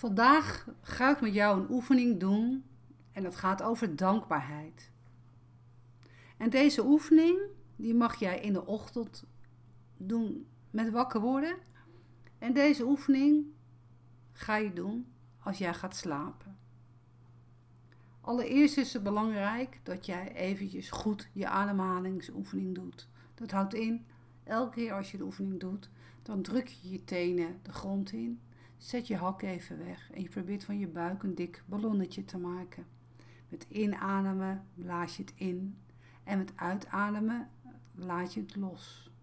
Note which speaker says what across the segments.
Speaker 1: Vandaag ga ik met jou een oefening doen en dat gaat over dankbaarheid. En deze oefening die mag jij in de ochtend doen met wakker worden. En deze oefening ga je doen als jij gaat slapen. Allereerst is het belangrijk dat jij eventjes goed je ademhalingsoefening doet. Dat houdt in, elke keer als je de oefening doet, dan druk je je tenen de grond in. Zet je hak even weg en je probeert van je buik een dik ballonnetje te maken. Met inademen blaas je het in en met uitademen laat je het los.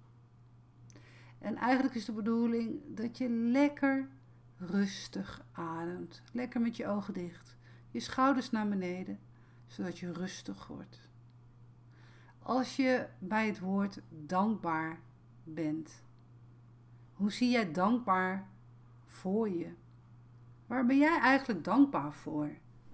Speaker 1: En eigenlijk is de bedoeling dat je lekker rustig ademt. Lekker met je ogen dicht. Je schouders naar beneden, zodat je rustig wordt. Als je bij het woord dankbaar bent, hoe zie jij dankbaar voor je? Waar ben jij eigenlijk dankbaar voor?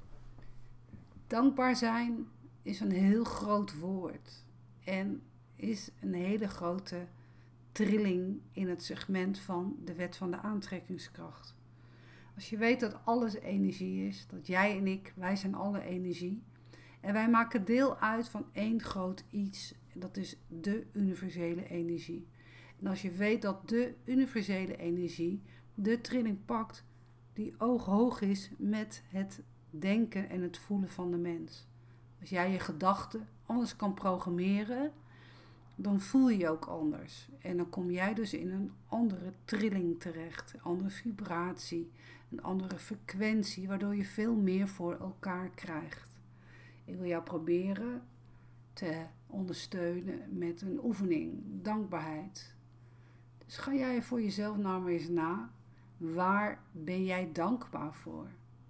Speaker 1: Dankbaar zijn is een heel groot woord en is een hele grote trilling in het segment van de wet van de aantrekkingskracht. Als je weet dat alles energie is, dat jij en ik, wij zijn alle energie. En wij maken deel uit van één groot iets, en dat is de universele energie. En als je weet dat de universele energie de trilling pakt die ooghoog is met het denken en het voelen van de mens. Als jij je gedachten anders kan programmeren, dan voel je je ook anders. En dan kom jij dus in een andere trilling terecht, een andere vibratie, een andere frequentie, waardoor je veel meer voor elkaar krijgt. Ik wil jou proberen te ondersteunen met een oefening, dankbaarheid. Dus ga jij voor jezelf nou maar eens na, waar ben jij dankbaar voor?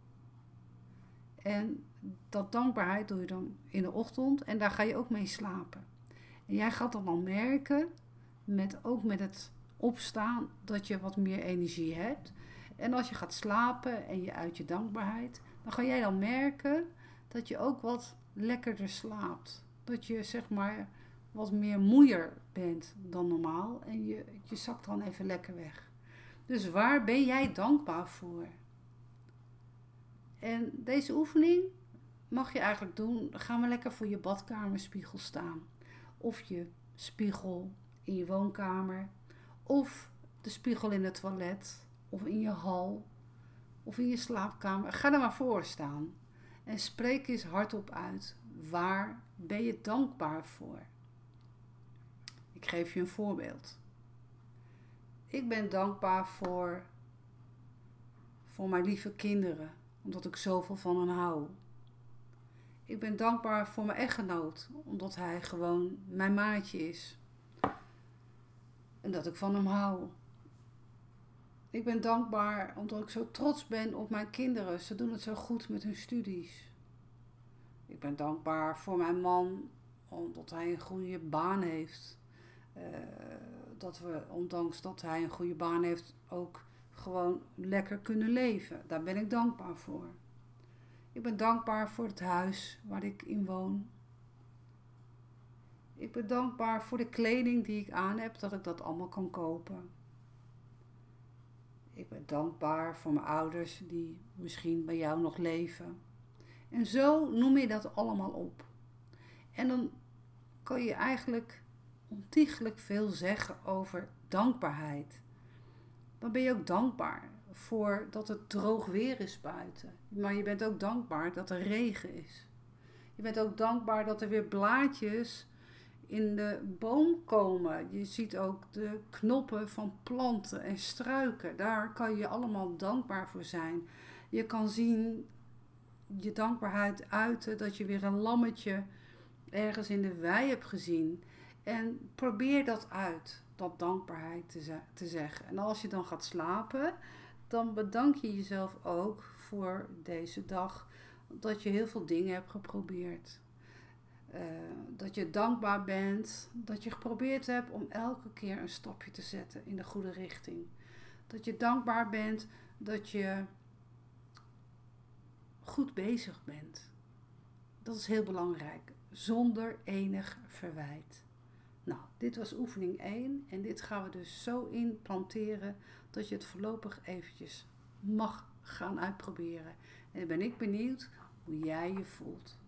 Speaker 1: En dat dankbaarheid doe je dan in de ochtend en daar ga je ook mee slapen. En jij gaat dan al merken, ook met het opstaan, dat je wat meer energie hebt. En als je gaat slapen en je uit je dankbaarheid, dan ga jij dan merken dat je ook wat lekkerder slaapt. Dat je zeg maar wat meer moeier bent dan normaal en je zakt dan even lekker weg. Dus waar ben jij dankbaar voor? En deze oefening mag je eigenlijk doen. Dan gaan we lekker voor je badkamerspiegel staan. Of je spiegel in je woonkamer. Of de spiegel in het toilet. Of in je hal. Of in je slaapkamer. Ga er maar voor staan. En spreek eens hardop uit. Waar ben je dankbaar voor? Ik geef je een voorbeeld. Ik ben dankbaar voor mijn lieve kinderen. Omdat ik zoveel van hen hou. Ik ben dankbaar voor mijn echtgenoot. Omdat hij gewoon mijn maatje is. En dat ik van hem hou. Ik ben dankbaar omdat ik zo trots ben op mijn kinderen. Ze doen het zo goed met hun studies. Ik ben dankbaar voor mijn man. Omdat hij een goede baan heeft. Dat we, ondanks dat hij een goede baan heeft, ook gewoon lekker kunnen leven. Daar ben ik dankbaar voor. Ik ben dankbaar voor het huis waar ik in woon. Ik ben dankbaar voor de kleding die ik aan heb, dat ik dat allemaal kan kopen. Ik ben dankbaar voor mijn ouders die misschien bij jou nog leven. En zo noem je dat allemaal op. En dan kan je eigenlijk ontiegelijk veel zeggen over dankbaarheid. Dan ben je ook dankbaar voor dat het droog weer is buiten. Maar je bent ook dankbaar dat er regen is. Je bent ook dankbaar dat er weer blaadjes in de boom komen. Je ziet ook de knoppen van planten en struiken. Daar kan je allemaal dankbaar voor zijn. Je kan zien je dankbaarheid uiten dat je weer een lammetje ergens in de wei hebt gezien. En probeer dat uit, dat dankbaarheid te zeggen. En als je dan gaat slapen, dan bedank je jezelf ook voor deze dag. Dat je heel veel dingen hebt geprobeerd. Dat je dankbaar bent, dat je geprobeerd hebt om elke keer een stapje te zetten in de goede richting. Dat je dankbaar bent dat je goed bezig bent. Dat is heel belangrijk, zonder enig verwijt. Nou, dit was oefening 1 en dit gaan we dus zo implanteren dat je het voorlopig eventjes mag gaan uitproberen. En dan ben ik benieuwd hoe jij je voelt.